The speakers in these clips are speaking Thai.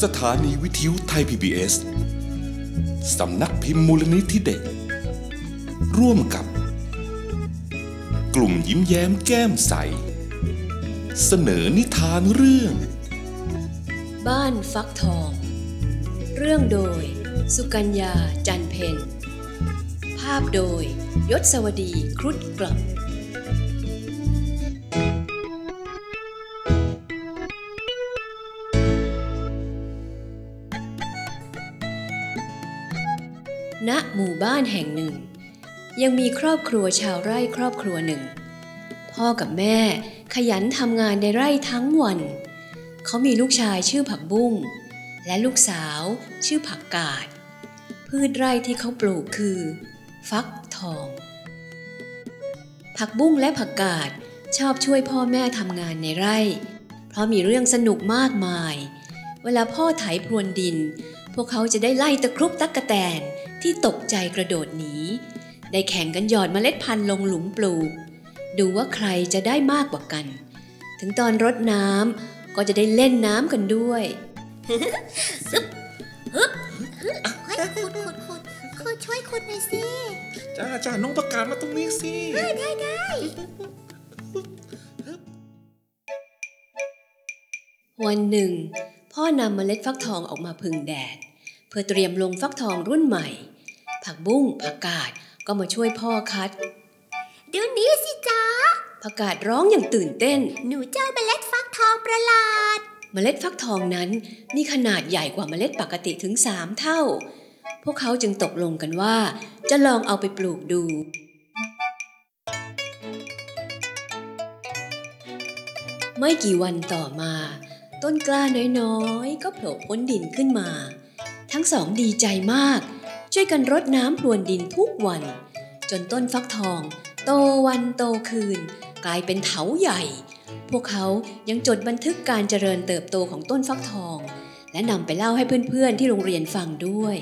สถานีวิทยุไทย PBS สำนักพิมพ์มูลนิธิเด็กร่วมกับกลุ่มยิ้มแย้มแก้มใสเสนอนิทานเรื่องบ้านฟักทองเรื่องโดยสุกัญญาจันเพ็ญภาพโดยยศวดีครุฑกลับณหมู่บ้านแห่งหนึ่งยังมีครอบครัวชาวไร่ครอบครัวหนึ่งพ่อกับแม่ขยันทำงานในไร่ทั้งวันเขามีลูกชายชื่อผักบุ้งและลูกสาวชื่อผักกาดพืชไร่ที่เขาปลูกคือฟักทองผักบุ้งและผักกาดชอบช่วยพ่อแม่ทำงานในไร่เพราะมีเรื่องสนุกมากมายเวลาพ่อไถพรวนดินพวกเขาจะได้ไล่ตะครุบตั๊กแตนที่ตกใจกระโดดหนีได้แข่งกันหยอดเมล็ดพันธุ์ลงหลุมปลูกดูว่าใครจะได้มากกว่ากันถึงตอนรดน้ำก็จะได้เล่นน้ำกันด้วยซึบฮึบขุดช่วยขุดหน่อยสิจ้าน้องประกาศมาตรงนี้สิได้วันหนึ่งพ่อนำเมล็ดฟักทองออกมาพึ่งแดดเพื่อเตรียมลงฟักทองรุ่นใหม่ผักบุ้งผักกาดก็มาช่วยพ่อคัดเดี๋ยวนี้สิจ๊ะผักกาดร้องอย่างตื่นเต้นหนูเจอเมล็ดฟักทองประหลาดเมล็ดฟักทองนั้นมีขนาดใหญ่กว่าเมล็ดปกติถึง3 เท่าพวกเขาจึงตกลงกันว่าจะลองเอาไปปลูกดูไม่กี่วันต่อมาต้นกล้าน้อยๆก็โผล่พ้นดินขึ้นมาทั้งสองดีใจมากช่วยกันรดน้ำพรวนดินทุกวันจนต้นฟักทองโตวันโตคืนกลายเป็นเถาใหญ่พวกเขายังจดบันทึกการเจริญเติบโตของต้นฟักทองและนำไปเล่าให้เพื่อนๆที่โรงเรียนฟังด้วย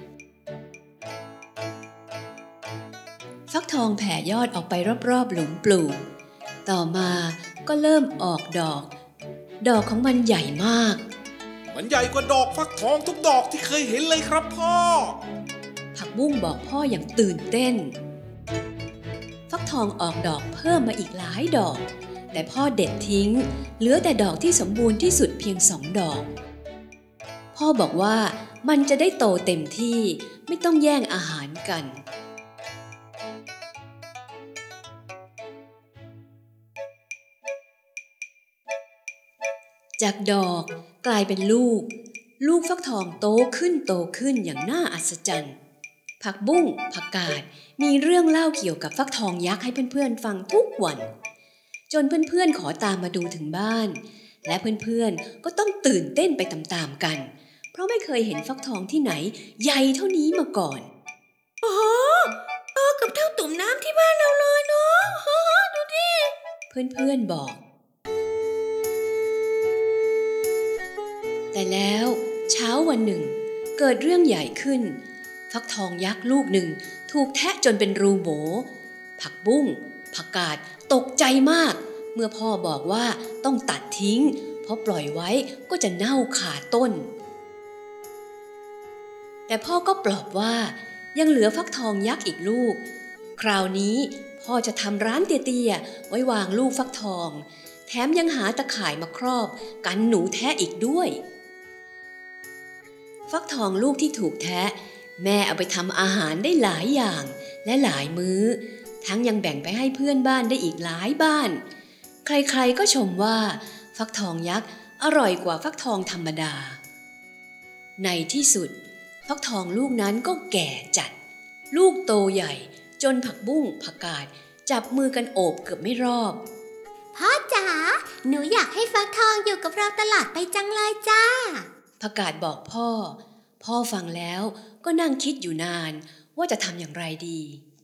ฟักทองแผ่ยอดออกไปรอบๆหลุมปลูกต่อมาก็เริ่มออกดอกของมันใหญ่มากมันใหญ่กว่าดอกฟักทองทุกดอกที่เคยเห็นเลยครับพ่อผักบุ้งบอกพ่ออย่างตื่นเต้นฟักทองออกดอกเพิ่มมาอีกหลายดอกแต่พ่อเด็ดทิ้งเหลือแต่ดอกที่สมบูรณ์ที่สุดเพียง2 ดอกพ่อบอกว่ามันจะได้โตเต็มที่ไม่ต้องแย่งอาหารกันจากดอกกลายเป็นลูกฟักทองโตขึ้นอย่างน่าอัศจรรย์ผักบุ้งผักกาดมีเรื่องเล่าเกี่ยวกับฟักทองยักษ์ให้เพื่อนๆฟังทุกวันจนเพื่อนๆขอตามมาดูถึงบ้านและเพื่อนๆก็ต้องตื่นเต้นไปตามๆกันเพราะไม่เคยเห็นฟักทองที่ไหนใหญ่เท่านี้มาก่อนโอ้โหกับเท่าตุ่มน้ำที่บ้านเราเลยเนาะดูดิเพื่อนๆบอกแต่แล้วเช้าวันหนึ่งเกิดเรื่องใหญ่ขึ้นฟักทองยักษ์ลูกหนึ่งถูกแทะจนเป็นรูโบผักบุ้งผักกาดตกใจมากเมื่อพ่อบอกว่าต้องตัดทิ้งเพราะปล่อยไว้ก็จะเน่าขาดต้นแต่พ่อก็ปลอบว่ายังเหลือฟักทองยักษ์อีกลูกคราวนี้พ่อจะทำร้านเตี้ยๆไว้วางลูกฟักทองแถมยังหาตะข่ายมาครอบกันหนูแทะอีกด้วยฟักทองลูกที่ถูกแทะแม่เอาไปทำอาหารได้หลายอย่างและหลายมื้อทั้งยังแบ่งไปให้เพื่อนบ้านได้อีกหลายบ้านใครๆก็ชมว่าฟักทองยักษ์อร่อยกว่าฟักทองธรรมดาในที่สุดฟักทองลูกนั้นก็แก่จัดลูกโตใหญ่จนผักบุ้งผักกาดจับมือกันโอบเกือบไม่รอบพ่อจ๋าหนูอยากให้ฟักทองอยู่กับเราตลอดไปจังเลยจ้าผักกาดบอกพ่อฟังแล้วก็นั่งคิดอยู่นานว่าจะทำอย่างไรดี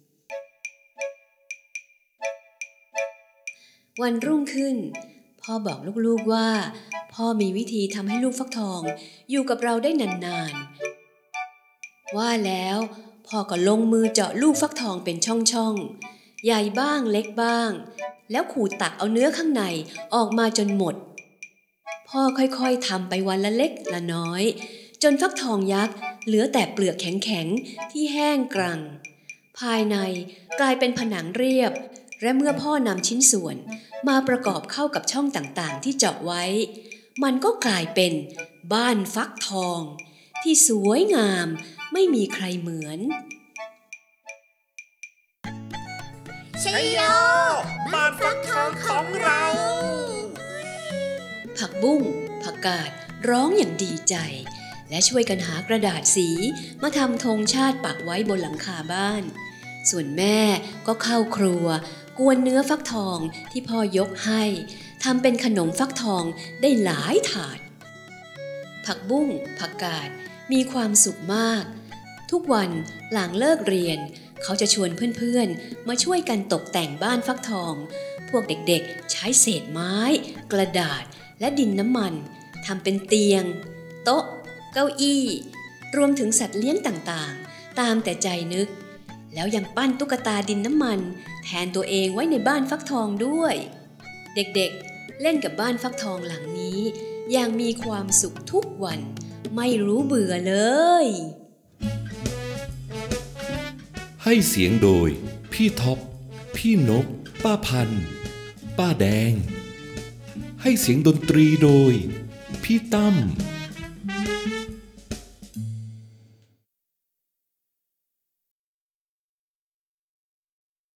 วันรุ่งขึ้นพ่อบอกลูกๆว่าพ่อมีวิธีทำให้ลูกฟักทองอยู่กับเราได้นานๆว่าแล้วพ่อก็ลงมือเจาะลูกฟักทองเป็นช่องๆใหญ่บ้างเล็กบ้างแล้วขูดตักเอาเนื้อข้างในออกมาจนหมดพพ่อค่อยๆทำไปวันละเล็กละน้อยจนฟักทองยักษ์เหลือแต่เปลือกแข็งๆที่แห้งกรังภายในกลายเป็นผนังเรียบและเมื่อพ่อนำชิ้นส่วนมาประกอบเข้ากับช่องต่างๆที่เจาะไว้มันก็กลายเป็นบ้านฟักทองที่สวยงามไม่มีใครเหมือนชัยโยบ้านฟักทองของเราผักบุ้งผักกาดร้องอย่างดีใจและช่วยกันหากระดาษสีมาทำธงชาติปักไว้บนหลังคาบ้านส่วนแม่ก็เข้าครัวกวนเนื้อฟักทองที่พ่อยกให้ทำเป็นขนมฟักทองได้หลายถาดผักบุ้งผักกาดมีความสุขมากทุกวันหลังเลิกเรียนเขาจะชวนเพื่อนๆมาช่วยกันตกแต่งบ้านฟักทองพวกเด็กๆใช้เศษไม้กระดาษและดินน้ำมันทำเป็นเตียงโต๊ะเก้าอี้รวมถึงสัตว์เลี้ยงต่างๆตามแต่ใจนึกแล้วยังปั้นตุ๊กตาดินน้ำมันแทนตัวเองไว้ในบ้านฟักทองด้วยเด็กๆเล่นกับบ้านฟักทองหลังนี้อย่างมีความสุขทุกวันไม่รู้เบื่อเลยให้เสียงโดยพี่ท็อปพี่นกป้าพันธุ์ป้าแดงให้เสียงดนตรีโดยพี่ตั้ม